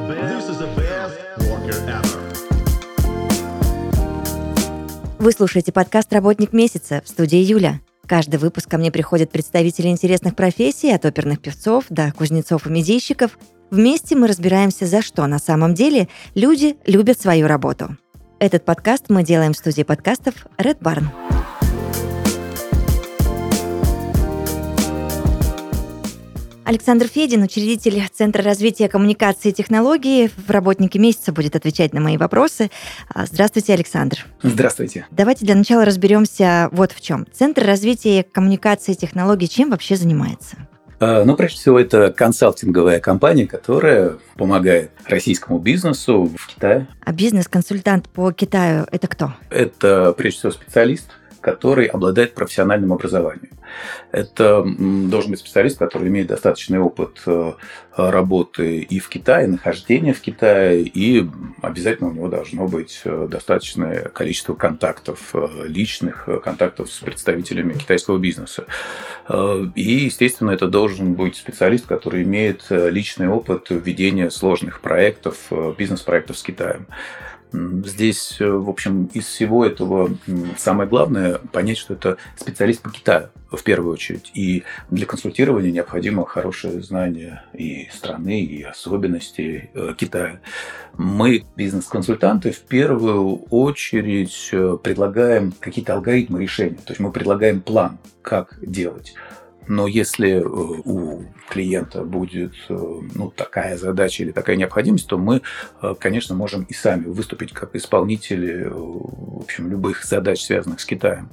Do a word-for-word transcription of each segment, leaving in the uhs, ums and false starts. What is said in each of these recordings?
This is the best worker ever. Вы слушаете подкаст «Работник месяца» в студии Юля. Каждый выпуск ко мне приходят представители интересных профессий, от оперных певцов до кузнецов и медийщиков. Вместе мы разбираемся, за что на самом деле люди любят свою работу. Этот подкаст мы делаем в студии подкастов Red Barn. Александр Федин, учредитель Центра развития коммуникации и технологий, в «Работнике месяца» будет отвечать на мои вопросы. Здравствуйте, Александр. Здравствуйте. Давайте для начала разберемся вот в чем. Центр развития коммуникации и технологий чем вообще занимается? Ну, прежде всего, это консалтинговая компания, которая помогает российскому бизнесу в Китае. А бизнес-консультант по Китаю – это кто? Это, прежде всего, специалист, который обладает профессиональным образованием. Это должен быть специалист, который имеет достаточный опыт работы и в Китае, нахождения в Китае, и обязательно у него должно быть достаточное количество контактов, личных контактов с представителями китайского бизнеса. И, естественно, это должен быть специалист, который имеет личный опыт ведения сложных проектов, бизнес-проектов с Китаем. Здесь, в общем, из всего этого самое главное понять, что это специалист по Китаю в первую очередь. И для консультирования необходимо хорошее знание и страны, и особенностей Китая. Мы, бизнес-консультанты, в первую очередь предлагаем какие-то алгоритмы решения. То есть мы предлагаем план, как делать. Но если у клиента будет ну, такая задача или такая необходимость, то мы, конечно, можем и сами выступить как исполнители в общем, любых задач, связанных с Китаем.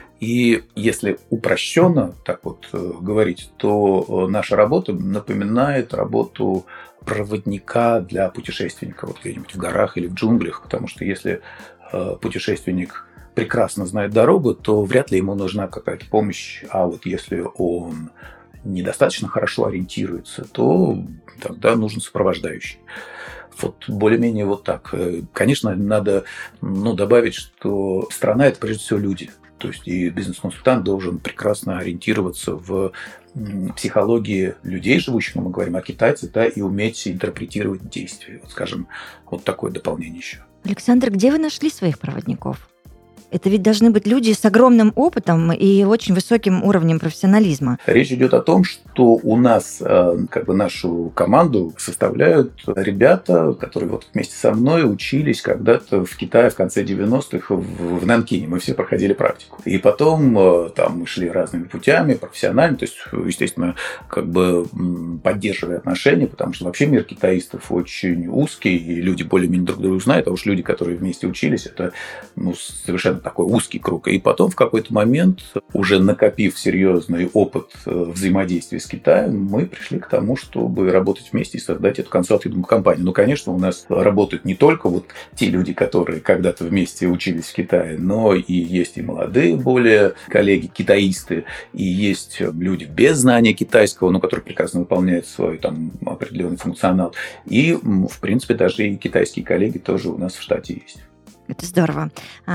И если упрощенно так вот говорить, то наша работа напоминает работу проводника для путешественника вот где-нибудь в горах или в джунглях, потому что если путешественник прекрасно знает дорогу, то вряд ли ему нужна какая-то помощь. А вот если он недостаточно хорошо ориентируется, то тогда нужен сопровождающий. Вот более-менее вот так. Конечно, надо ну, добавить, что страна – это прежде всего люди. То есть и бизнес-консультант должен прекрасно ориентироваться в психологии людей, живущих, мы говорим о китайцах, да, и уметь интерпретировать действия. Вот, скажем, вот такое дополнение еще. Александр, где вы нашли своих проводников? Это ведь должны быть люди с огромным опытом и очень высоким уровнем профессионализма. Речь идет о том, что у нас как бы нашу команду составляют ребята, которые вот вместе со мной учились когда-то в Китае в конце девяностых в Нанкине. Мы все проходили практику. И потом там мы шли разными путями, профессионально, то есть, естественно, как бы поддерживая отношения, потому что вообще мир китаистов очень узкий, и люди более-менее друг друга знают, а уж люди, которые вместе учились, это ну, совершенно такой узкий круг. И потом в какой-то момент, уже накопив серьезный опыт взаимодействия с Китаем, мы пришли к тому, чтобы работать вместе и создать эту консалтинговую компанию. Ну, конечно, у нас работают не только вот те люди, которые когда-то вместе учились в Китае, но и есть и молодые более коллеги, китаисты, и есть люди без знания китайского, но которые прекрасно выполняют свой там определенный функционал. И, в принципе, даже и китайские коллеги тоже у нас в штате есть. Это здорово.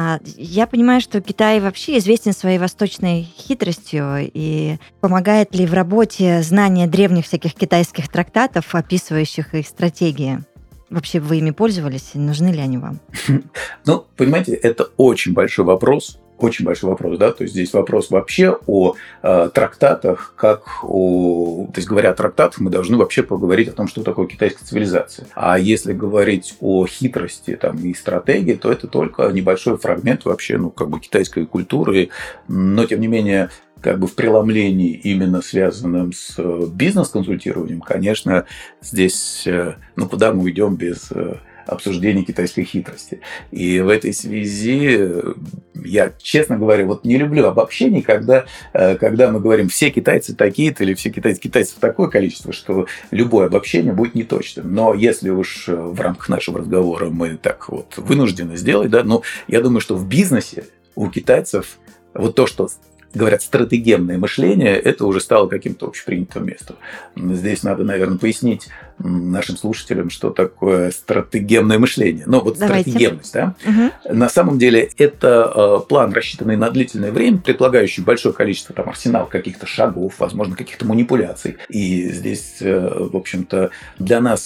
Я понимаю, что Китай вообще известен своей восточной хитростью. И помогает ли в работе знание древних всяких китайских трактатов, описывающих их стратегии? Вообще вы ими пользовались? Нужны ли они вам? Ну, понимаете, это очень большой вопрос. Очень большой вопрос, да, то есть здесь вопрос вообще о э, трактатах, как о, то есть говоря о трактатах, мы должны вообще поговорить о том, что такое китайская цивилизация. А если говорить о хитрости там, и стратегии, то это только небольшой фрагмент вообще, ну, как бы китайской культуры, но тем не менее, как бы в преломлении, именно связанном с бизнес-консультированием, конечно, здесь, ну, куда мы уйдем без обсуждения китайской хитрости. И в этой связи я, честно говоря, вот не люблю обобщений, когда, когда мы говорим, все китайцы такие-то или все китайцы, китайцев такое количество, что любое обобщение будет неточным. Но если уж в рамках нашего разговора мы так вот вынуждены сделать, да, ну, я думаю, что в бизнесе у китайцев вот то, что говорят, стратегемное мышление, это уже стало каким-то общепринятым местом. Здесь надо, наверное, пояснить нашим слушателям, что такое стратегемное мышление. Ну, вот Давайте. стратегемность, да? Угу. На самом деле, это план, рассчитанный на длительное время, предполагающий большое количество, там, арсенал каких-то шагов, возможно, каких-то манипуляций. И здесь, в общем-то, для нас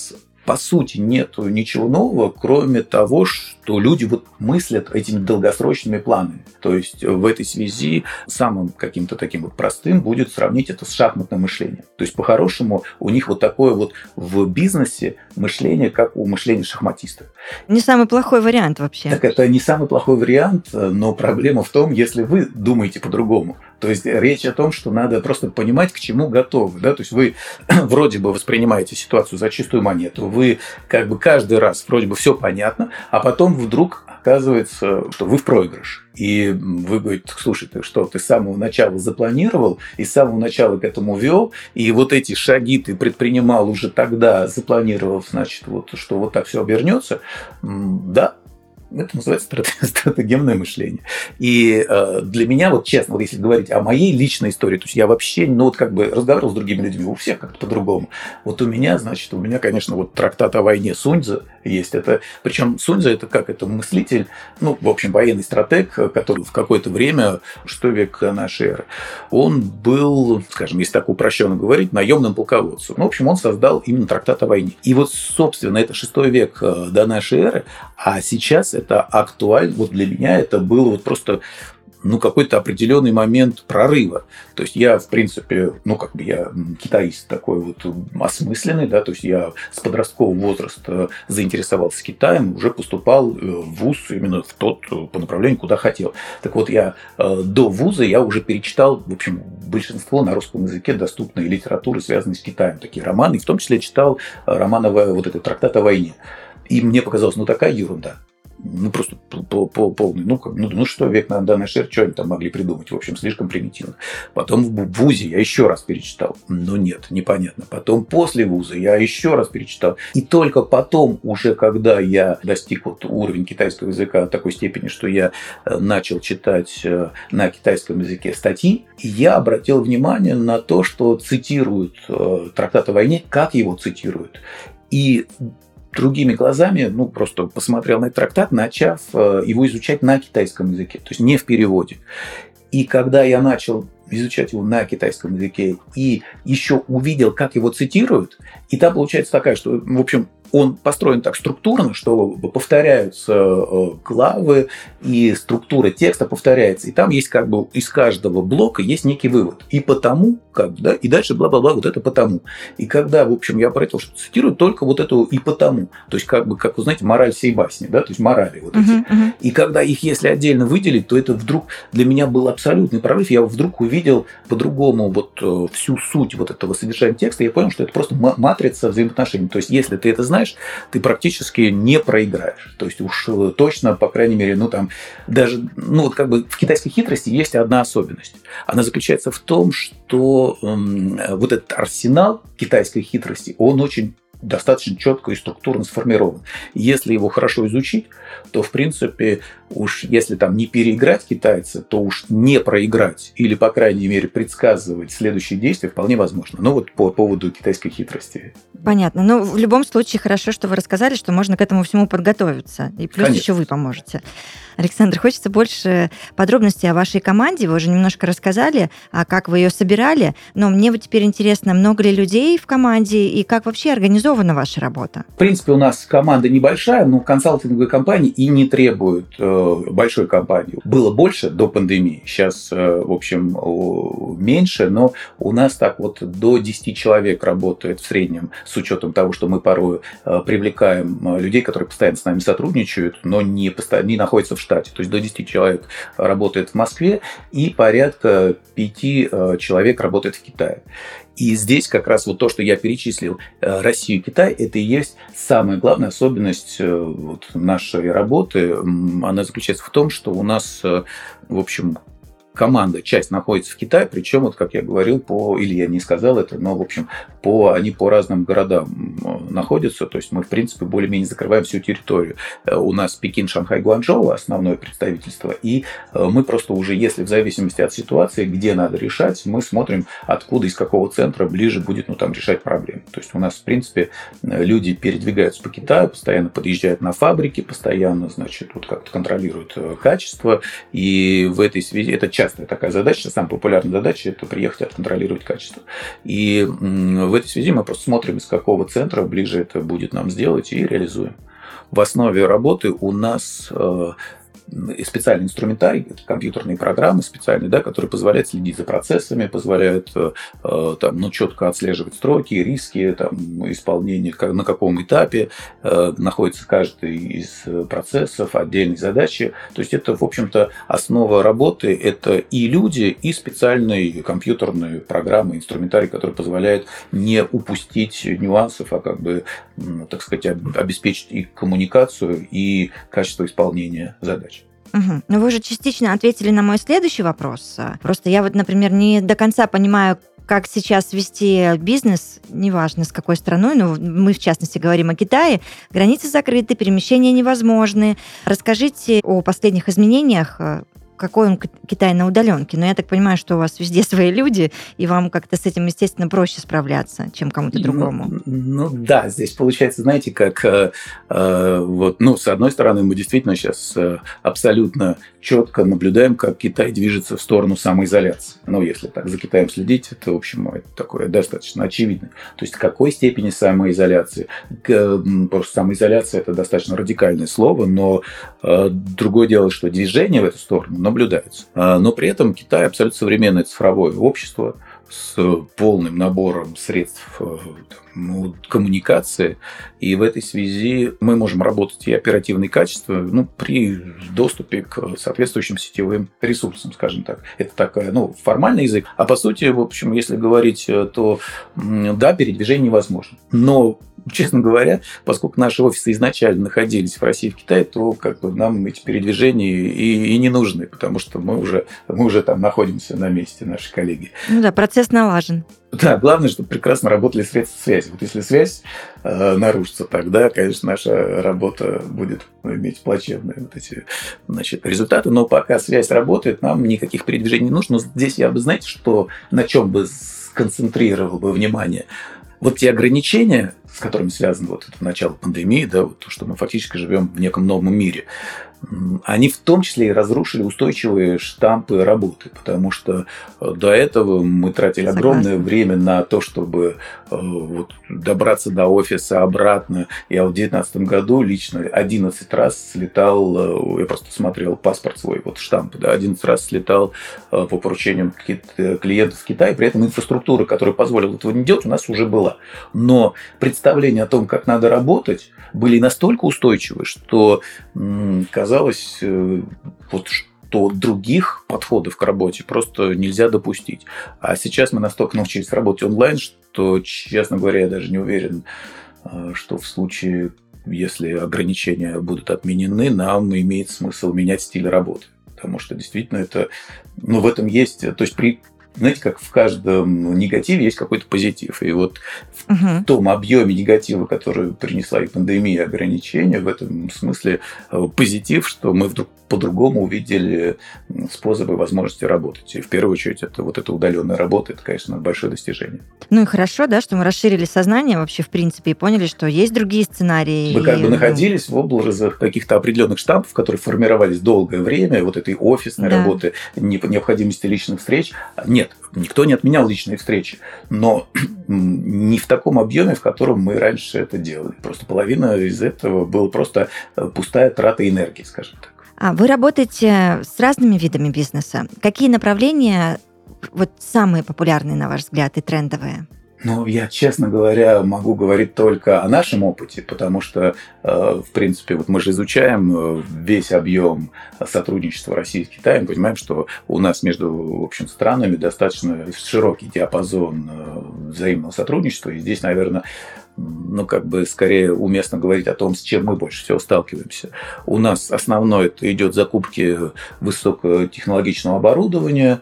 по сути, нет ничего нового, кроме того, что люди вот мыслят этими долгосрочными планами. То есть в этой связи самым каким-то таким вот простым будет сравнить это с шахматным мышлением. То есть по-хорошему у них вот такое вот в бизнесе мышление, как у мышления шахматиста. Не самый плохой вариант вообще. Так это не самый плохой вариант, но проблема в том, если вы думаете по-другому. То есть речь о том, что надо просто понимать, к чему готовы. Да? То есть вы вроде бы воспринимаете ситуацию за чистую монету, вы как бы каждый раз вроде бы все понятно, а потом вдруг оказывается, что вы в проигрыш. И вы говорите, слушай, ты что, ты с самого начала запланировал, и с самого начала к этому вел, и вот эти шаги ты предпринимал уже тогда, запланировав, значит, вот, что вот так все обернется. Да, это называется стратегемное мышление. И э, для меня, вот честно, вот если говорить о моей личной истории, то есть я вообще, ну вот как бы разговаривал с другими людьми, у всех как-то по-другому. Вот у меня, значит, у меня, конечно, вот трактат о войне Суньцзы есть. Это, причем Суньцзы это как? Это мыслитель, ну, в общем, военный стратег, который в какое-то время, шестой век нашей эры, он был, скажем, если так упрощенно говорить, наемным полководцем. Ну, в общем, он создал именно трактат о войне. И вот, собственно, это шестой век до нашей эры, а сейчас это актуально, вот для меня это было вот просто ну, какой-то определенный момент прорыва. То есть я, в принципе, ну, как бы я китаист такой вот осмысленный, да, то есть я с подросткового возраста заинтересовался Китаем, уже поступал в вуз именно в тот, по направлению, куда хотел. Так вот, я до вуза я уже перечитал, в общем, большинство на русском языке доступной литературы, связанной с Китаем, такие романы, и в том числе читал роман, вот этот трактат о войне. И мне показалось, ну, такая ерунда. Ну, просто полный, ну, как, ну, ну, что век на данный шер, что они там могли придумать, в общем, слишком примитивно. Потом в вузе я еще раз перечитал, но нет, непонятно. Потом после вуза я еще раз перечитал. И только потом, уже когда я достиг вот уровень китайского языка в такой степени, что я начал читать на китайском языке статьи, я обратил внимание на то, что цитируют трактат о войне, как его цитируют. И другими глазами, ну, просто посмотрел на этот трактат, начав его изучать на китайском языке, то есть не в переводе. И когда я начал изучать его на китайском языке и еще увидел, как его цитируют, и там получается такая, что, в общем, он построен так структурно, что повторяются главы, и структура текста повторяется. И там есть как бы из каждого блока есть некий вывод. И потому, как бы, да, и дальше бла-бла-бла, вот это потому. И когда, в общем, я обратил, что цитирую только вот эту и потому. То есть, как бы, как вы знаете, мораль всей басни, да, то есть морали вот эти. Uh-huh, uh-huh. И когда их, если отдельно выделить, то это вдруг для меня был абсолютный прорыв. Я вдруг увидел по-другому вот всю суть вот этого содержания текста. Я понял, что это просто матрица взаимоотношений. То есть, если ты это знаешь, ты практически не проиграешь. То есть уж точно, по крайней мере, ну там даже, ну вот как бы в китайской хитрости есть одна особенность. Она заключается в том, что эм, вот этот арсенал китайской хитрости, он очень достаточно четко и структурно сформирован. Если его хорошо изучить, то, в принципе, уж если там не переиграть китайца, то уж не проиграть или, по крайней мере, предсказывать следующие действия вполне возможно. Ну, вот по поводу китайской хитрости. Понятно. Но в любом случае хорошо, что вы рассказали, что можно к этому всему подготовиться. И плюс Конечно. Еще вы поможете. Александр, хочется больше подробностей о вашей команде. Вы уже немножко рассказали, а как вы ее собирали. Но мне вот теперь интересно, много ли людей в команде и как вообще организована ваша работа? В принципе, у нас команда небольшая, но консалтинговые компании и не требуют э, большой компании. Было больше до пандемии, сейчас, э, в общем, меньше, но у нас так вот до десяти человек работает в среднем, с учетом того, что мы порой э, привлекаем людей, которые постоянно с нами сотрудничают, но не, постоянно, не находятся в штате. То есть до десяти человек работает в Москве и порядка пяти э, человек работает в Китае. И здесь как раз вот то, что я перечислил, Россию и Китай, это и есть самая главная особенность вот нашей работы. Она заключается в том, что у нас, в общем, команда, часть находится в Китае, причем, вот как я говорил, по, или я не сказал это, но, в общем, по, они по разным городам находятся, то есть мы, в принципе, более-менее закрываем всю территорию. У нас Пекин, Шанхай, Гуанчжоу основное представительство, и мы просто уже, если в зависимости от ситуации, где надо решать, мы смотрим, откуда, из какого центра ближе будет, ну, там, решать проблемы. То есть у нас, в принципе, люди передвигаются по Китаю, постоянно подъезжают на фабрики, постоянно, значит, вот как-то контролируют качество, и в этой связи это часто такая задача, самая популярная задача – это приехать и отконтролировать качество. И В этой связи мы просто смотрим, из какого центра ближе это будет нам сделать, и реализуем. В основе работы у нас специальный инструментарий, это компьютерные программы специальные, да, которые позволяют следить за процессами, позволяют э, там, ну, четко отслеживать сроки, риски, там, исполнение, как, на каком этапе э, находится каждый из процессов, отдельные задачи. То есть это, в общем-то, основа работы, это и люди, и специальные компьютерные программы, инструментарий, который позволяет не упустить нюансов, а как бы, так сказать, обеспечить и коммуникацию, и качество исполнения задач. Угу. Ну, вы уже частично ответили на мой следующий вопрос. Просто я вот, например, не до конца понимаю, как сейчас вести бизнес, неважно с какой страной, но мы, в частности, говорим о Китае. Границы закрыты, перемещения невозможны. Расскажите о последних изменениях. Какой он Китай на удаленке? Но я так понимаю, что у вас везде свои люди, и вам как-то с этим, естественно, проще справляться, чем кому-то другому. Ну, ну да, здесь получается, знаете, как э, э, вот, ну, с одной стороны, мы действительно сейчас э, абсолютно четко наблюдаем, как Китай движется в сторону самоизоляции. Ну, если так за Китаем следить, это, в общем, это такое достаточно очевидно. То есть, в какой степени самоизоляции? Просто самоизоляция – это достаточно радикальное слово, но э, другое дело, что движение в эту сторону наблюдается. Но при этом Китай абсолютно современное цифровое общество с полным набором средств ну, коммуникации. И в этой связи мы можем работать и оперативно, и качественно ну, при доступе к соответствующим сетевым ресурсам, скажем так. Это такой ну, формальный язык. А по сути, в общем, если говорить, то да, передвижение невозможно. Но честно говоря, поскольку наши офисы изначально находились в России и в Китае, то как бы нам эти передвижения и, и не нужны, потому что мы уже, мы уже там находимся на месте, наши коллеги. Ну да, процесс налажен. Да, главное, чтобы прекрасно работали средства связи. Вот если связь э, нарушится, тогда, конечно, наша работа будет иметь плачевные вот эти, значит, результаты. Но пока связь работает, нам никаких передвижений не нужно. Но здесь я бы, знаете, что, на чем бы сконцентрировал бы внимание? Вот те ограничения, с которыми связано вот это начало пандемии, да, вот то, что мы фактически живем в неком новом мире, они в том числе и разрушили устойчивые штампы работы, потому что до этого мы тратили Согласна. огромное время на то, чтобы вот, добраться до офиса обратно. Я в две тысячи девятнадцатом году лично одиннадцать раз слетал, я просто смотрел паспорт свой, вот штампы, да, одиннадцать раз слетал по поручениям клиентов в Китай, при этом инфраструктура, которая позволила этого не делать, у нас уже была. Но представления о том, как надо работать, были настолько устойчивы, что казалось, вот, что других подходов к работе просто нельзя допустить. А сейчас мы настолько научились работать онлайн, что, честно говоря, я даже не уверен, что в случае, если ограничения будут отменены, нам имеет смысл менять стиль работы. Потому что действительно это, ну, в этом есть, то есть при знаете, как в каждом негативе есть какой-то позитив. И вот угу. в том объеме негатива, который принесла и пандемия, и ограничения, в этом смысле позитив, что мы вдруг по-другому увидели способы и возможности работать. И в первую очередь это вот эта удаленная работа, это, конечно, большое достижение. Ну и хорошо, да, что мы расширили сознание вообще, в принципе, и поняли, что есть другие сценарии. Мы как и... бы находились в образах каких-то определенных штампов, которые формировались долгое время, вот этой офисной да. работы, необходимости личных встреч. Нет, никто не отменял личные встречи, но не в таком объеме, в котором мы раньше это делали. Просто половина из этого была просто пустая трата энергии, скажем так. А вы работаете с разными видами бизнеса. Какие направления вот самые популярные, на ваш взгляд, и трендовые? Ну, я, честно говоря, могу говорить только о нашем опыте, потому что, в принципе, вот мы же изучаем весь объем сотрудничества России с Китаем, понимаем, что у нас между, в общем, странами достаточно широкий диапазон взаимного сотрудничества, и здесь, наверное, ну, как бы, скорее уместно говорить о том, с чем мы больше всего сталкиваемся. У нас основное это идет закупки высокотехнологичного оборудования.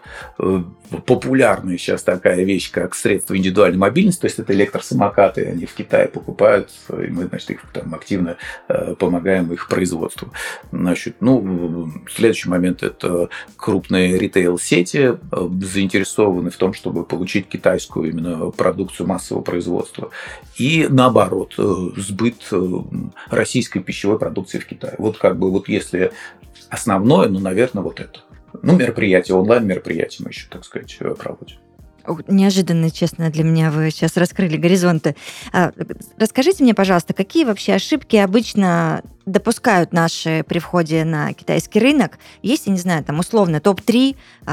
Популярная сейчас такая вещь, как средства индивидуальной мобильности, то есть это электросамокаты, они в Китае покупают, и мы, значит, их там активно помогаем их производству. Значит, ну, следующий момент – это крупные ритейл-сети заинтересованы в том, чтобы получить китайскую именно продукцию массового производства. И наоборот, сбыт российской пищевой продукции в Китае. Вот как бы вот если основное, ну, наверное, вот это. Ну, мероприятия, онлайн-мероприятия мы еще, так сказать, проводим. Неожиданно, честно, для меня вы сейчас раскрыли горизонты. Расскажите мне, пожалуйста, какие вообще ошибки обычно допускают наши при входе на китайский рынок? Есть, я не знаю, там условно топ три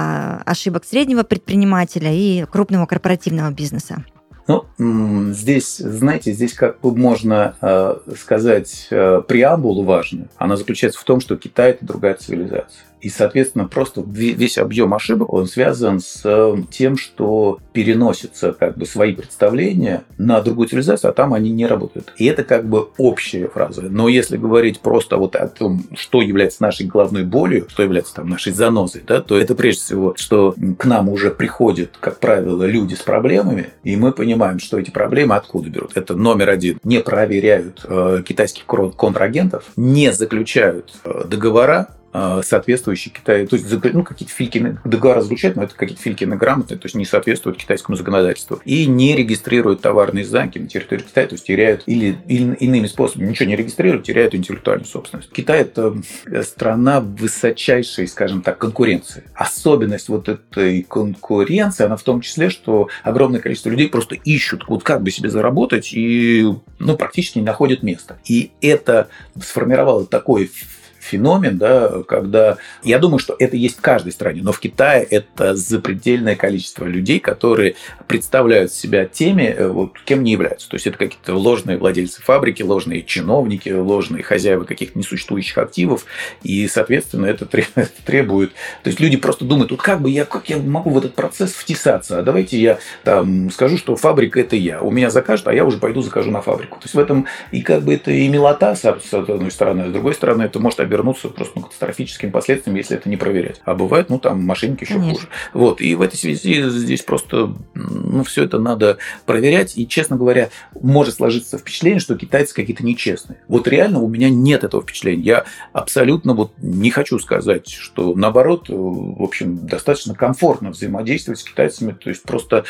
ошибок среднего предпринимателя и крупного корпоративного бизнеса? Ну, здесь, знаете, здесь как бы можно э, сказать э, преамбулу важную. Она заключается в том, что Китай – это другая цивилизация. И, соответственно, просто весь объем ошибок, он связан с тем, что переносятся как бы свои представления на другую цивилизацию, а там они не работают. И это как бы общая фраза. Но если говорить просто вот о том, что является нашей головной болью, что является там нашей занозой, да, то это прежде всего, что к нам уже приходят, как правило, люди с проблемами, и мы понимаем, что эти проблемы откуда берут. Это номер один. Не проверяют э, китайских контрагентов, не заключают э, договора, соответствующие Китаю, то есть ну, какие-то фильки договора заключают, но это какие-то фильки грамотные, то есть не соответствуют китайскому законодательству. И не регистрируют товарные знаки на территории Китая, то есть теряют или, или иными способами ничего не регистрируют, теряют интеллектуальную собственность. Китай – это страна высочайшей, скажем так, конкуренции. Особенность вот этой конкуренции, она в том числе, что огромное количество людей просто ищут, вот как бы себе заработать, и ну, практически не находят места. И это сформировало такой феномен, да, когда... Я думаю, что это есть в каждой стране, но в Китае это запредельное количество людей, которые представляют себя теми, вот, кем не являются. То есть это какие-то ложные владельцы фабрики, ложные чиновники, ложные хозяева каких-то несуществующих активов, и, соответственно, это требует... То есть люди просто думают, вот как бы я, как я могу в этот процесс втесаться? А давайте я там скажу, что фабрика – это я. У меня закажут, а я уже пойду закажу на фабрику. То есть в этом и как бы это и милота, с одной стороны, а с другой стороны, это может обернуться просто ну, катастрофическими последствиями, если это не проверять. А бывает, ну, там, мошенники еще Конечно. хуже. Вот. И в этой связи здесь просто, ну, все это надо проверять. И, честно говоря, может сложиться впечатление, что китайцы какие-то нечестные. Вот реально у меня нет этого впечатления. Я абсолютно вот не хочу сказать, что, наоборот, в общем, достаточно комфортно взаимодействовать с китайцами. То есть, просто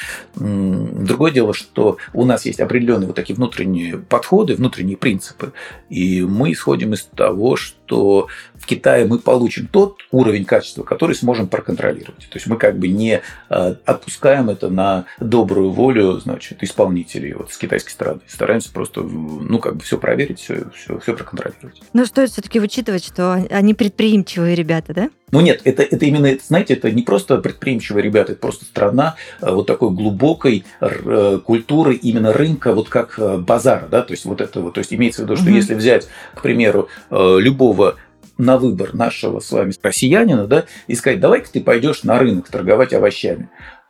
м- другое дело, что у нас есть определенные вот такие внутренние подходы, внутренние принципы. И мы исходим из того, что в Китае мы получим тот уровень качества, который сможем проконтролировать. То есть мы как бы не отпускаем это на добрую волю, значит, исполнителей вот с китайской стороны. Стараемся просто, ну, как бы все проверить, все, все, все проконтролировать. Но стоит все-таки учитывать, что они предприимчивые ребята, да? Ну нет, это, это именно, знаете, это не просто предприимчивые ребята, это просто страна вот такой глубокой культуры именно рынка, вот как базара, да, то есть вот это вот, то есть имеется в виду, что угу. если взять, к примеру, любого на выбор нашего с вами россиянина, да, и сказать, давай-ка ты пойдешь на рынок торговать овощами,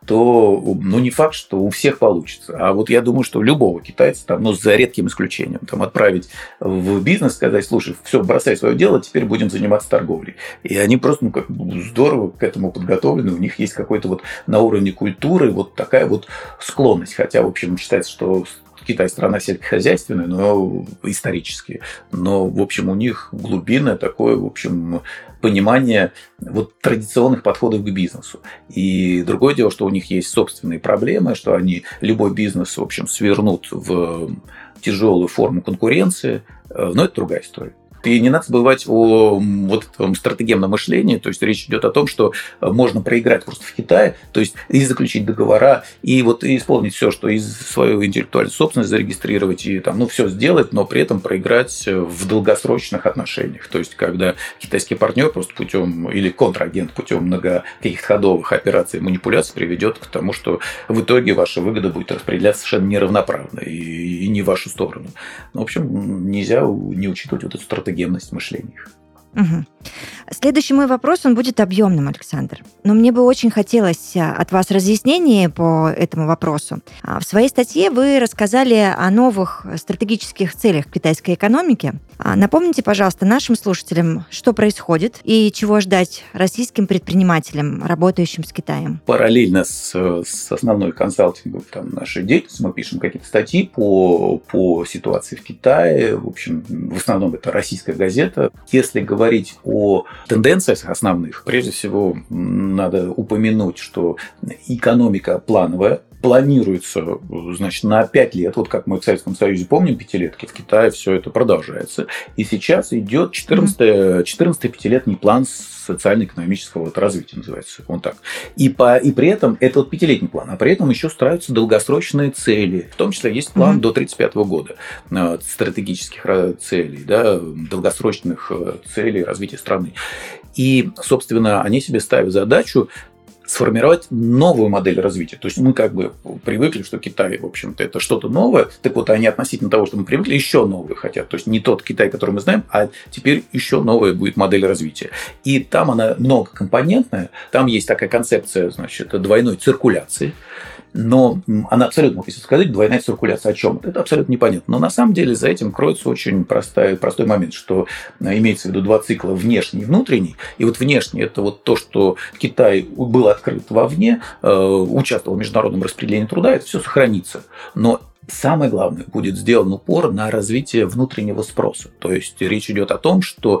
то ну, не факт, что у всех получится. А вот я думаю, что любого китайца, там, ну, за редким исключением, там, отправить в бизнес, сказать, слушай, все, бросай свое дело, теперь будем заниматься торговлей. И они просто ну, как здорово к этому подготовлены, у них есть какой-то вот на уровне культуры вот такая вот склонность. Хотя, в общем, считается, что Китай страна сельскохозяйственная, но исторически. Но, в общем, у них глубинное такое, в общем, понимание вот традиционных подходов к бизнесу. И другое дело, что у них есть собственные проблемы, что они любой бизнес, в общем, свернут в тяжелую форму конкуренции. Но это другая история. И не надо забывать о вот этом стратегемном мышлении, то есть речь идет о том, что можно проиграть просто в Китае, то есть и заключить договора, и вот и исполнить все, что из свою интеллектуальную собственность зарегистрировать, и там, ну, все сделать, но при этом проиграть в долгосрочных отношениях. То есть, когда китайский партнер просто путем, или контрагент путем много каких-то ходовых операций, манипуляций приведет к тому, что в итоге ваша выгода будет распределяться совершенно неравноправно и, и не в вашу сторону. В общем, нельзя не учитывать вот эту стратегию мышления. Угу. Следующий мой вопрос, он будет объемным, Александр. Но мне бы очень хотелось от вас разъяснений по этому вопросу. В своей статье вы рассказали о новых стратегических целях китайской экономики. Напомните, пожалуйста, нашим слушателям, что происходит и чего ждать российским предпринимателям, работающим с Китаем. Параллельно с, с основной консалтинговой там, нашей деятельностью мы пишем какие-то статьи по, по ситуации в Китае. В общем, в основном это российская газета. Если говорить о тенденциях основных, прежде всего надо упомянуть, что экономика плановая, планируется, значит, на пять лет. Вот как мы в Советском Союзе помним пятилетки, в Китае все это продолжается. И сейчас идет четырнадцатый, четырнадцатый пятилетний план социально-экономического вот развития, называется он так. И, по, и при этом это вот пятилетний план, а при этом еще ставятся долгосрочные цели. В том числе есть план mm-hmm. до тридцать пятого года стратегических целей, да, долгосрочных целей развития страны. И, собственно, они себе ставят задачу сформировать новую модель развития. То есть мы как бы привыкли, что Китай, в общем-то, это что-то новое. Так вот, они относительно того, что мы привыкли, еще новое хотят. То есть не тот Китай, который мы знаем, а теперь еще новая будет модель развития. И там она многокомпонентная. Там есть такая концепция, значит, двойной циркуляции. Но она абсолютно, если сказать, двойная циркуляция о чем? Это абсолютно непонятно. Но на самом деле за этим кроется очень простой, простой момент, что имеется в виду два цикла, внешний и внутренний. И вот внешний – это вот то, что Китай был открыт вовне, участвовал в международном распределении труда, это все сохранится. Но самое главное, будет сделан упор на развитие внутреннего спроса. То есть речь идет о том, что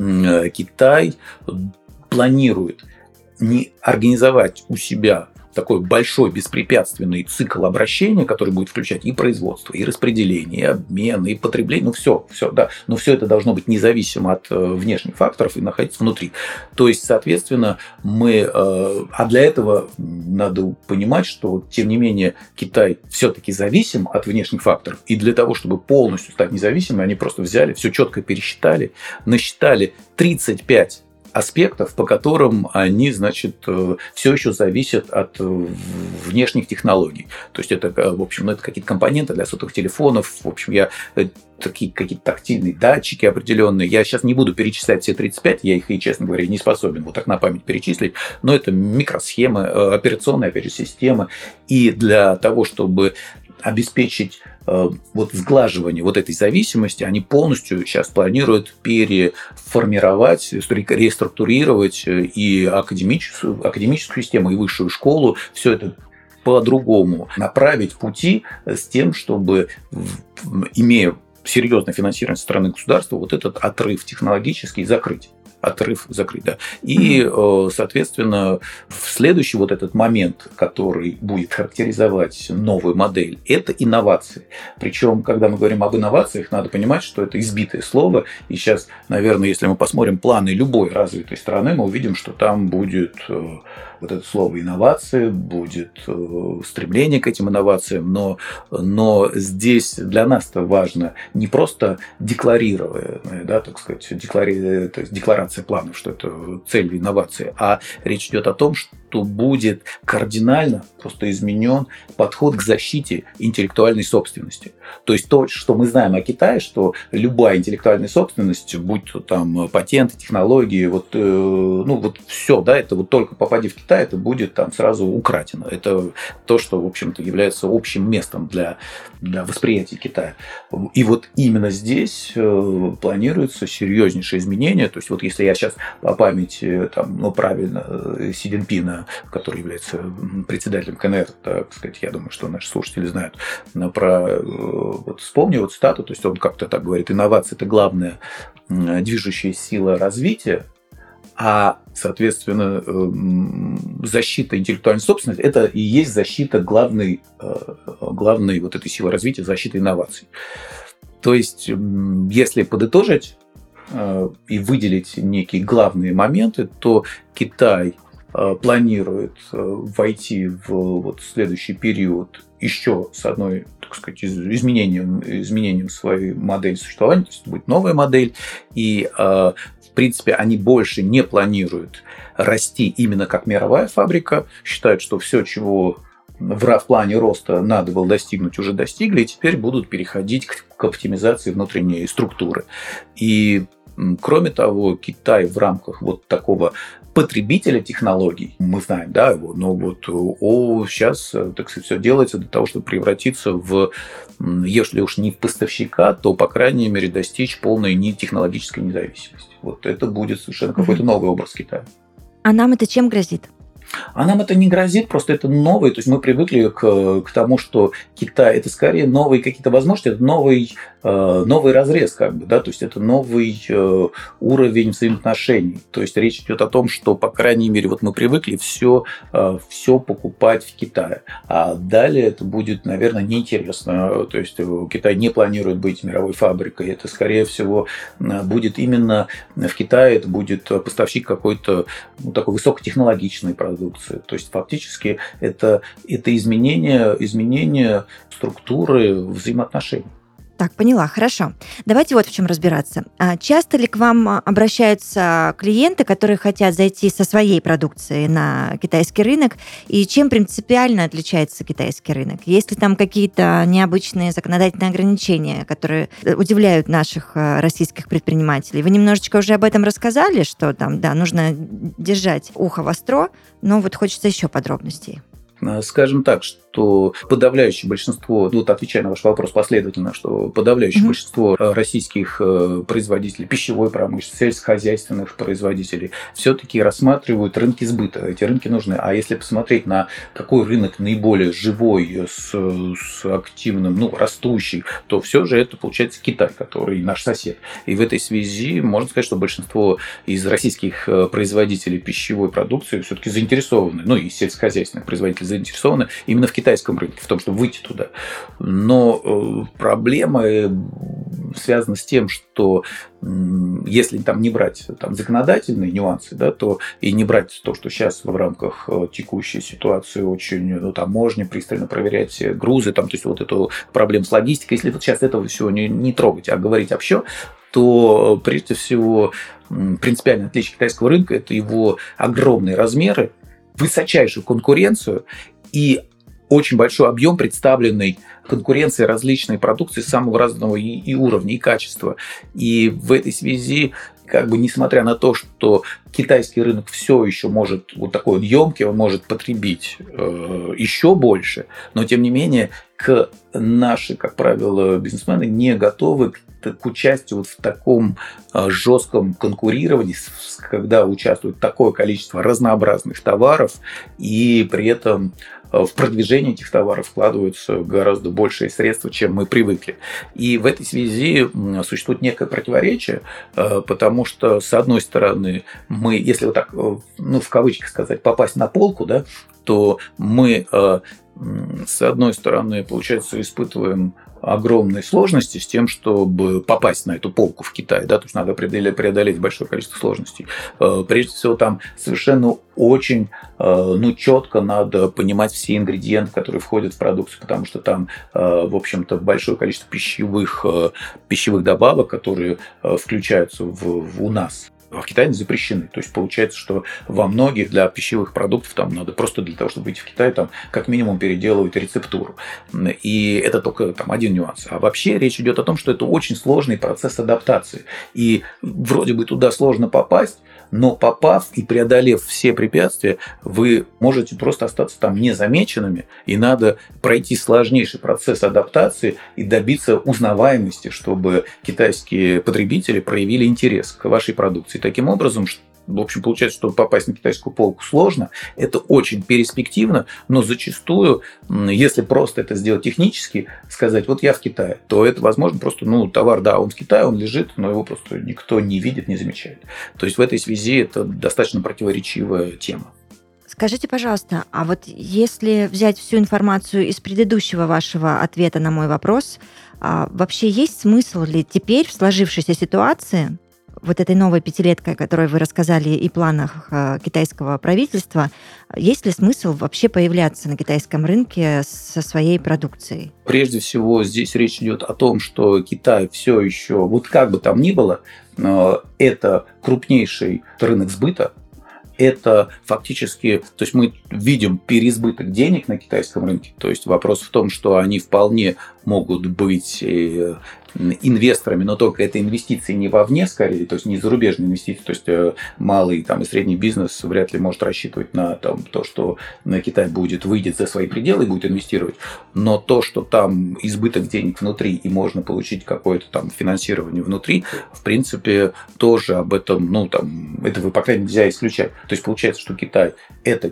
Китай планирует не организовать у себя такой большой беспрепятственный цикл обращения, который будет включать и производство, и распределение, и обмен, и потребление, ну все, все, да, но все это должно быть независимо от внешних факторов и находиться внутри. То есть, соответственно, мы, а для этого надо понимать, что тем не менее Китай все-таки зависим от внешних факторов, и для того, чтобы полностью стать независимым, они просто взяли, все четко пересчитали, насчитали тридцать пять аспектов, по которым они, значит, все еще зависят от внешних технологий. То есть это, в общем, это какие-то компоненты для сотовых телефонов, в общем, я такие какие-то тактильные датчики определенные. Я сейчас не буду перечислять все тридцать пять, я их и, честно говоря, не способен вот так на память перечислить, но это микросхемы, операционные, опять же, системы. И для того, чтобы обеспечить вот сглаживание вот этой зависимости, они полностью сейчас планируют переформировать, реструктурировать и академическую, академическую систему, и высшую школу, все это по-другому направить пути с тем, чтобы, имея серьезное финансирование со стороны государства, вот этот отрыв технологический закрыть. Отрыв закрыть, да. И, соответственно, в следующий вот этот момент, который будет характеризовать новую модель, это инновации. Причем, когда мы говорим об инновациях, надо понимать, что это избитое слово. И сейчас, наверное, если мы посмотрим планы любой развитой страны, мы увидим, что там будет вот это слово инновации, будет стремление к этим инновациям. Но, но здесь для нас это важно не просто декларирование, да, так сказать, деклари... то есть декларация планов, что это цель инновации, а речь идет о том, что будет кардинально просто изменен подход к защите интеллектуальной собственности. То есть то, что мы знаем о Китае, что любая интеллектуальная собственность, будь то там патенты, технологии, вот, э, ну вот все, да, это вот только попади в Китай, это будет там сразу украдено. Это то, что, в общем-то, является общим местом для, для восприятия Китая. И вот именно здесь э, планируется серьезнейшее изменение. То есть вот если я сейчас по памяти, там, ну, правильно, Си Цзиньпина, который является председателем ка эн эр, так сказать, я думаю, что наши слушатели знают, про, вот вспомню вот цитату, то есть он как-то так говорит: инновация – это главная движущая сила развития, а, соответственно, защита интеллектуальной собственности – это и есть защита главной, главной вот этой силы развития, защита инноваций. То есть, если подытожить и выделить некие главные моменты, то Китай планирует войти в вот следующий период еще с одной, так сказать, изменением, изменением своей модели существования, то есть будет новая модель, и, в принципе, они больше не планируют расти именно как мировая фабрика, считают, что все, чего в плане роста надо было достигнуть, уже достигли, и теперь будут переходить к оптимизации внутренней структуры. И, кроме того, Китай в рамках вот такого потребителя технологий, мы знаем, да, его, но вот о, сейчас, так сказать, все делается для того, чтобы превратиться в, если уж не в поставщика, то, по крайней мере, достичь полной технологической независимости. Вот это будет совершенно какой-то новый образ Китая. А нам это чем грозит? А нам это не грозит, просто это новое. То есть мы привыкли к, к тому, что Китай – это скорее новые какие-то возможности, это новый новый разрез, как бы, да, то есть это новый уровень взаимоотношений. То есть речь идет о том, что, по крайней мере, вот мы привыкли все, все покупать в Китае, а далее это будет, наверное, неинтересно. То есть Китай не планирует быть мировой фабрикой. Это, скорее всего, будет именно в Китае, это будет поставщик какой-то, ну, такой высокотехнологичной продукции. То есть фактически это, это изменение, изменение структуры взаимоотношений. Так, поняла, хорошо. Давайте вот в чем разбираться. А часто ли к вам обращаются клиенты, которые хотят зайти со своей продукцией на китайский рынок, и чем принципиально отличается китайский рынок? Есть ли там какие-то необычные законодательные ограничения, которые удивляют наших российских предпринимателей? Вы немножечко уже об этом рассказали, что там, да, нужно держать ухо востро, но вот хочется еще подробностей. Скажем так, что подавляющее большинство, ну вот отвечая на ваш вопрос последовательно, что подавляющее mm-hmm. большинство российских производителей пищевой промышленности, сельскохозяйственных производителей все-таки рассматривают рынки сбыта. Эти рынки нужны. А если посмотреть на какой рынок наиболее живой, с, с активным, ну, растущий, то все же это получается Китай, который наш сосед. И в этой связи можно сказать, что большинство из российских производителей пищевой продукции все-таки заинтересованы, ну и сельскохозяйственных производителей заинтересованы именно в китайском рынке, в том, чтобы выйти туда. Но проблема связана с тем, что если там не брать там законодательные нюансы, да, то и не брать то, что сейчас в рамках текущей ситуации очень, ну, таможня пристально проверяет все грузы, там, то есть вот эту проблему с логистикой, если вот сейчас этого всего не, не трогать, а говорить общо, то прежде всего принципиальное отличие китайского рынка – это его огромные размеры, высочайшую конкуренцию и очень большой объем представленной конкуренции различной продукции самого разного и, и уровня, и качества. И в этой связи, как бы, несмотря на то, что китайский рынок все еще может, вот такой он емкий, он может потребить э, еще больше, но тем не менее к наши, как правило, бизнесмены не готовы к к участию вот в таком жестком конкурировании, когда участвует такое количество разнообразных товаров, и при этом в продвижение этих товаров вкладываются гораздо большие средства, чем мы привыкли. И в этой связи существует некое противоречие, потому что, с одной стороны, мы, если вот так, ну, в кавычках сказать, попасть на полку, да, то мы, с одной стороны, получается, испытываем огромные сложности с тем, чтобы попасть на эту полку в Китае, да, то есть надо преодолеть большое количество сложностей. Прежде всего, там совершенно очень, ну, четко надо понимать все ингредиенты, которые входят в продукцию, потому что там, в общем-то, большое количество пищевых, пищевых добавок, которые включаются в, в у нас. В Китае они запрещены. То есть получается, что во многих для пищевых продуктов там надо просто для того, чтобы выйти в Китай, там как минимум переделывать рецептуру. И это только там один нюанс. А вообще речь идет о том, что это очень сложный процесс адаптации. И вроде бы туда сложно попасть, но попав и преодолев все препятствия, вы можете просто остаться там незамеченными, и надо пройти сложнейший процесс адаптации и добиться узнаваемости, чтобы китайские потребители проявили интерес к вашей продукции. Таким образом, в общем, получается, что попасть на китайскую полку сложно, это очень перспективно, но зачастую, если просто это сделать технически, сказать, вот я в Китае, то это, возможно, просто, ну, товар, да, он в Китае, он лежит, но его просто никто не видит, не замечает. То есть в этой связи это достаточно противоречивая тема. Скажите, пожалуйста, а вот если взять всю информацию из предыдущего вашего ответа на мой вопрос, вообще есть смысл ли теперь в сложившейся ситуации вот этой новой пятилеткой, о которой вы рассказали, и планах китайского правительства, есть ли смысл вообще появляться на китайском рынке со своей продукцией? Прежде всего, здесь речь идет о том, что Китай все еще, вот как бы там ни было, это крупнейший рынок сбыта. Это фактически, то есть мы видим переизбыток денег на китайском рынке. То есть вопрос в том, что они вполне могут быть инвесторами, но только это инвестиции не вовне, скорее, то есть не зарубежные инвестиции, то есть малый там, и средний бизнес вряд ли может рассчитывать на там, то, что на Китай будет, выйдет за свои пределы и будет инвестировать, но то, что там избыток денег внутри и можно получить какое-то там финансирование внутри, в принципе, тоже об этом, ну там, этого, по крайней мере, нельзя исключать. То есть получается, что Китай – это технология,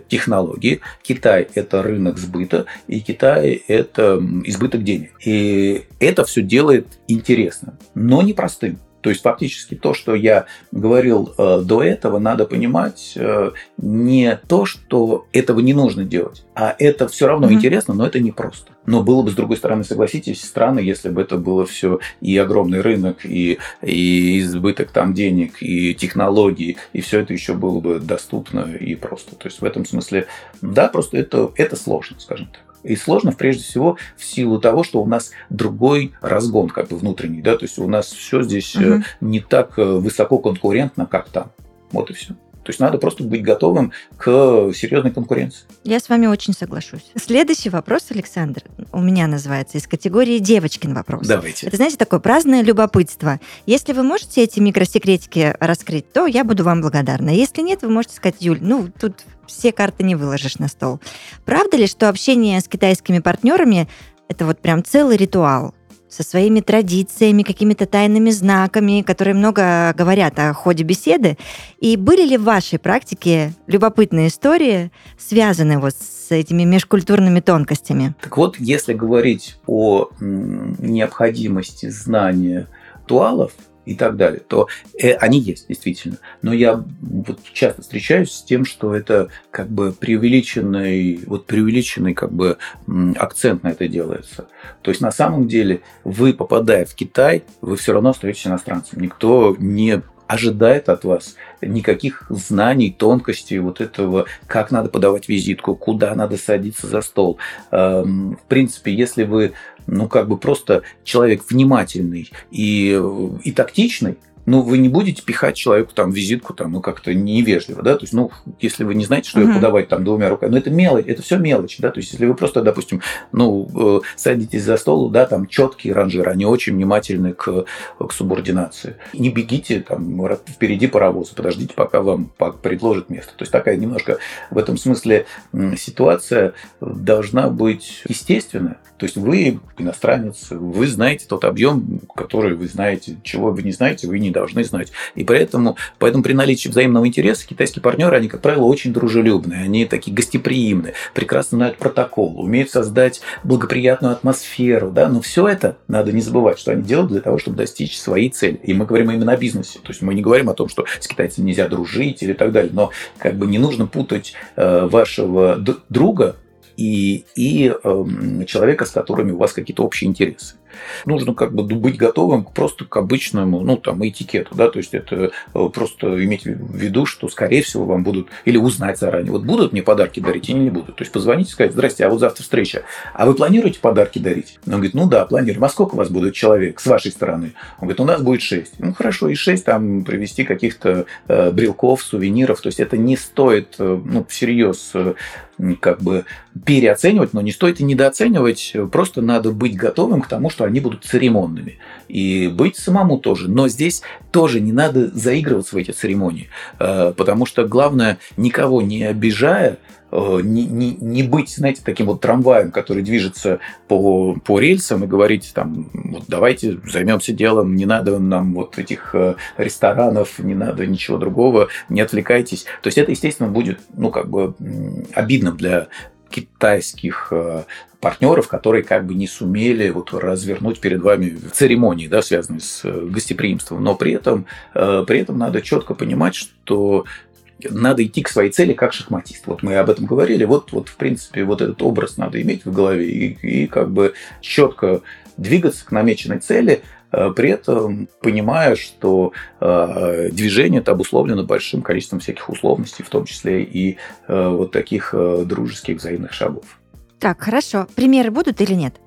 технологии, Китай – это рынок сбыта, и Китай – это избыток денег. И это все делает интересным, но непростым. То есть фактически то, что я говорил э, до этого, надо понимать э, не то, что этого не нужно делать, а это все равно mm-hmm. интересно, но это непросто. Но было бы, с другой стороны, согласитесь, странно, если бы это было все и огромный рынок, и, и избыток там денег, и технологий, и все это еще было бы доступно и просто. То есть в этом смысле, да, просто это, это сложно, скажем так. И сложно, прежде всего, в силу того, что у нас другой разгон, как бы внутренний, да, то есть у нас все здесь угу. не так высоко конкурентно, как там. Вот и все. То есть надо просто быть готовым к серьезной конкуренции. Я с вами очень соглашусь. Следующий вопрос, Александр, у меня называется из категории «Девочкин вопрос». Давайте. Это, знаете, такое праздное любопытство. Если вы можете эти микросекретики раскрыть, то я буду вам благодарна. Если нет, вы можете сказать: Юль, ну, тут все карты не выложишь на стол. Правда ли, что общение с китайскими партнерами – это вот прям целый ритуал? Со своими традициями, какими-то тайными знаками, которые много говорят о ходе беседы. И были ли в вашей практике любопытные истории, связанные вот с этими межкультурными тонкостями? Так вот, если говорить о необходимости знания ритуалов и так далее, то э, они есть, действительно. Но я вот часто встречаюсь с тем, что это как бы преувеличенный, вот преувеличенный как бы акцент на это делается. То есть на самом деле вы, попадая в Китай, вы все равно остаетесь иностранцем. Никто не ожидает от вас никаких знаний, тонкостей вот этого, как надо подавать визитку, куда надо садиться за стол. В принципе, если вы, ну, как бы просто человек внимательный и, и тактичный, ну, вы не будете пихать человеку там визитку, там, ну, как-то невежливо, да, то есть, ну, если вы не знаете, что uh-huh. подавать там двумя руками, ну, это мелочь, это все мелочи, да, то есть, если вы просто, допустим, ну, садитесь за стол, да, там четкие ранжиры, они очень внимательны к, к субординации. Не бегите там впереди паровоза, подождите, пока вам предложат место. То есть, такая немножко в этом смысле ситуация должна быть естественная. То есть, вы иностранец, вы знаете тот объем, который вы знаете, чего вы не знаете, вы не должны знать. И поэтому, поэтому при наличии взаимного интереса китайские партнеры, они, как правило, очень дружелюбные, они такие гостеприимные, прекрасно знают протокол, умеют создать благоприятную атмосферу. Да? Но все это надо не забывать, что они делают для того, чтобы достичь своей цели. И мы говорим именно о бизнесе. То есть мы не говорим о том, что с китайцами нельзя дружить или так далее. Но как бы не нужно путать э, вашего д- друга и, и э, человека, с которыми у вас какие-то общие интересы. Нужно как бы быть готовым просто к обычному, ну, там, этикету, да, то есть это просто иметь в виду, что, скорее всего, вам будут, или узнать заранее, вот будут мне подарки дарить или не будут. То есть позвонить и сказать: здрасте, а вот завтра встреча, а вы планируете подарки дарить? Он говорит: ну да, планируем. А сколько у вас будет человек с вашей стороны? Он говорит: у нас будет шесть. Ну хорошо, и шесть там привезти каких-то э, брелков, сувениров, то есть это не стоит, э, ну, всерьез э, как бы переоценивать, но не стоит и недооценивать, просто надо быть готовым к тому, что они будут церемонными. И быть самому тоже. Но здесь тоже не надо заигрываться в эти церемонии. Потому что главное, никого не обижая, не, не, не быть, знаете, таким вот трамваем, который движется по, по рельсам, и говорить там: вот давайте займемся делом, не надо нам вот этих ресторанов, не надо ничего другого, не отвлекайтесь. То есть это, естественно, будет, ну, как бы обидным для китайских партнеров, которые как бы не сумели вот развернуть перед вами церемонии, да, связанные с гостеприимством. Но при этом, при этом надо четко понимать, что надо идти к своей цели как шахматист. Вот мы об этом говорили. Вот, вот в принципе, вот этот образ надо иметь в голове и, и как бы четко двигаться к намеченной цели, при этом понимая, что э, движение это обусловлено большим количеством всяких условностей, в том числе и э, вот таких э, дружеских взаимных шагов. Так, хорошо. Примеры будут или нет?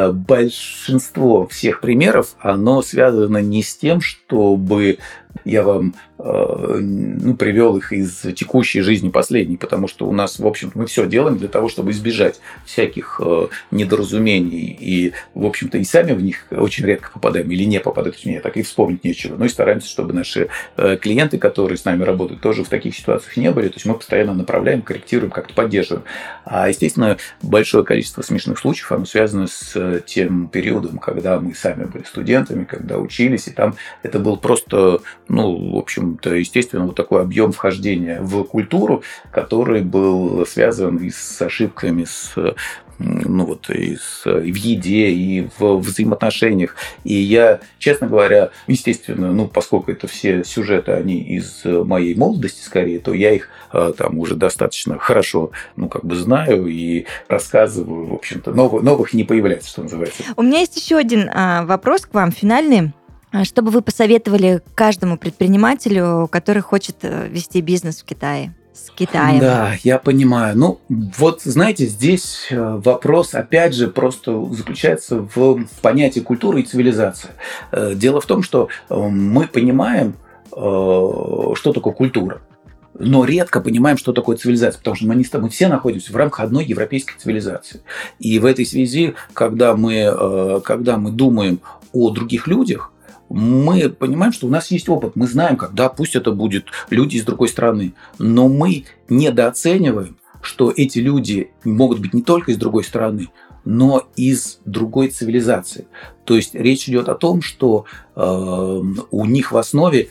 Большинство всех примеров, оно связано не с тем, чтобы я вам э, ну, привел их из текущей жизни последней, потому что у нас, в общем-то, мы все делаем для того, чтобы избежать всяких э, недоразумений, и, в общем-то, и сами в них очень редко попадаем или не попадаем, мне так и вспомнить нечего. Ну и стараемся, чтобы наши э, клиенты, которые с нами работают, тоже в таких ситуациях не были. То есть мы постоянно направляем, корректируем, как-то поддерживаем. А, естественно, большое количество смешных случаев, оно связано с тем периодом, когда мы сами были студентами, когда учились, и там это был просто ну, в общем-то, естественно, вот такой объем вхождения в культуру, который был связан и с ошибками, с ну вот и, с, и в еде, и в взаимоотношениях. И я, честно говоря, естественно, ну, поскольку это все сюжеты, они из моей молодости скорее, то я их там уже достаточно хорошо, ну, как бы знаю и рассказываю, в общем-то, новых, новых не появляется, что называется. У меня есть еще один а, вопрос к вам, финальный. Что бы вы посоветовали каждому предпринимателю, который хочет вести бизнес в Китае? С Китаем. Да, я понимаю. Ну, вот, знаете, здесь вопрос, опять же, просто заключается в понятии культуры и цивилизации. Дело в том, что мы понимаем, что такое культура, но редко понимаем, что такое цивилизация, потому что мы, не, мы все находимся в рамках одной европейской цивилизации. И в этой связи, когда мы, когда мы думаем о других людях, мы понимаем, что у нас есть опыт, мы знаем, как, да, пусть это будут люди из другой страны, но мы недооцениваем, что эти люди могут быть не только из другой страны, но из другой цивилизации. То есть речь идет о том, что э, у них в основе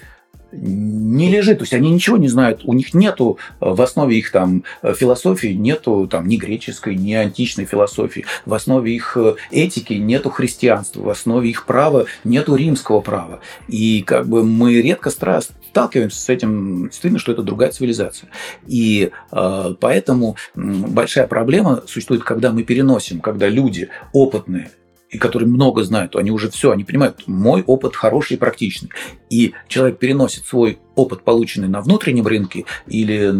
не лежит, то есть они ничего не знают, у них нету в основе их там философии, нету там ни греческой, ни античной философии, в основе их этики нету христианства, в основе их права нету римского права. И как бы мы редко сталкиваемся с этим, действительно, что это другая цивилизация. И э, поэтому большая проблема существует, когда мы переносим, когда люди опытные, и которые много знают, они уже все, они понимают, мой опыт хороший и практичный. И человек переносит свой опыт, полученный на внутреннем рынке или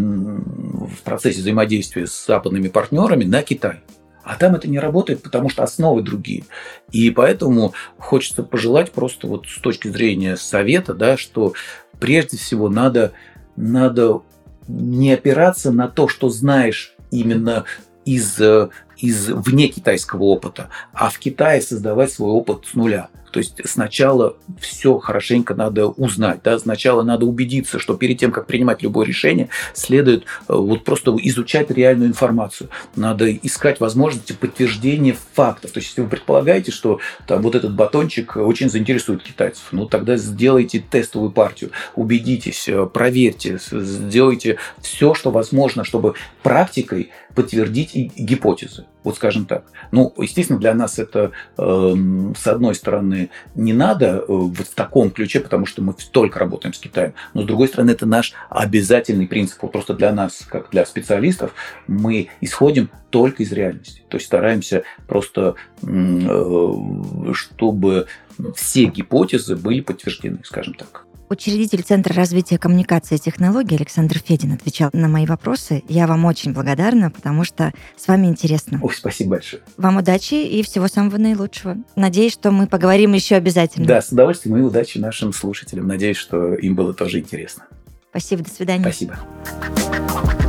в процессе взаимодействия с западными партнерами, на Китай. А там это не работает, потому что основы другие. И поэтому хочется пожелать просто вот с точки зрения совета, да, что прежде всего надо, надо не опираться на то, что знаешь именно из, из вне китайского опыта, а в Китае создавать свой опыт с нуля. То есть сначала все хорошенько надо узнать, да? Сначала надо убедиться, что перед тем, как принимать любое решение, следует вот просто изучать реальную информацию. Надо искать возможности подтверждения фактов. То есть если вы предполагаете, что там, вот этот батончик очень заинтересует китайцев, ну тогда сделайте тестовую партию, убедитесь, проверьте, сделайте все, что возможно, чтобы практикой подтвердить гипотезы. Вот скажем так. Ну, естественно, для нас это, э, с одной стороны, не надо э, вот в таком ключе, потому что мы только работаем с Китаем. Но, с другой стороны, это наш обязательный принцип. Вот просто для нас, как для специалистов, мы исходим только из реальности. То есть стараемся просто, э, чтобы все гипотезы были подтверждены, скажем так. Учредитель Центра развития коммуникации и технологий Александр Федин отвечал на мои вопросы. Я вам очень благодарна, потому что с вами интересно. Ой, спасибо большое. Вам удачи и всего самого наилучшего. Надеюсь, что мы поговорим еще обязательно. Да, с удовольствием, и удачи нашим слушателям. Надеюсь, что им было тоже интересно. Спасибо, до свидания. Спасибо.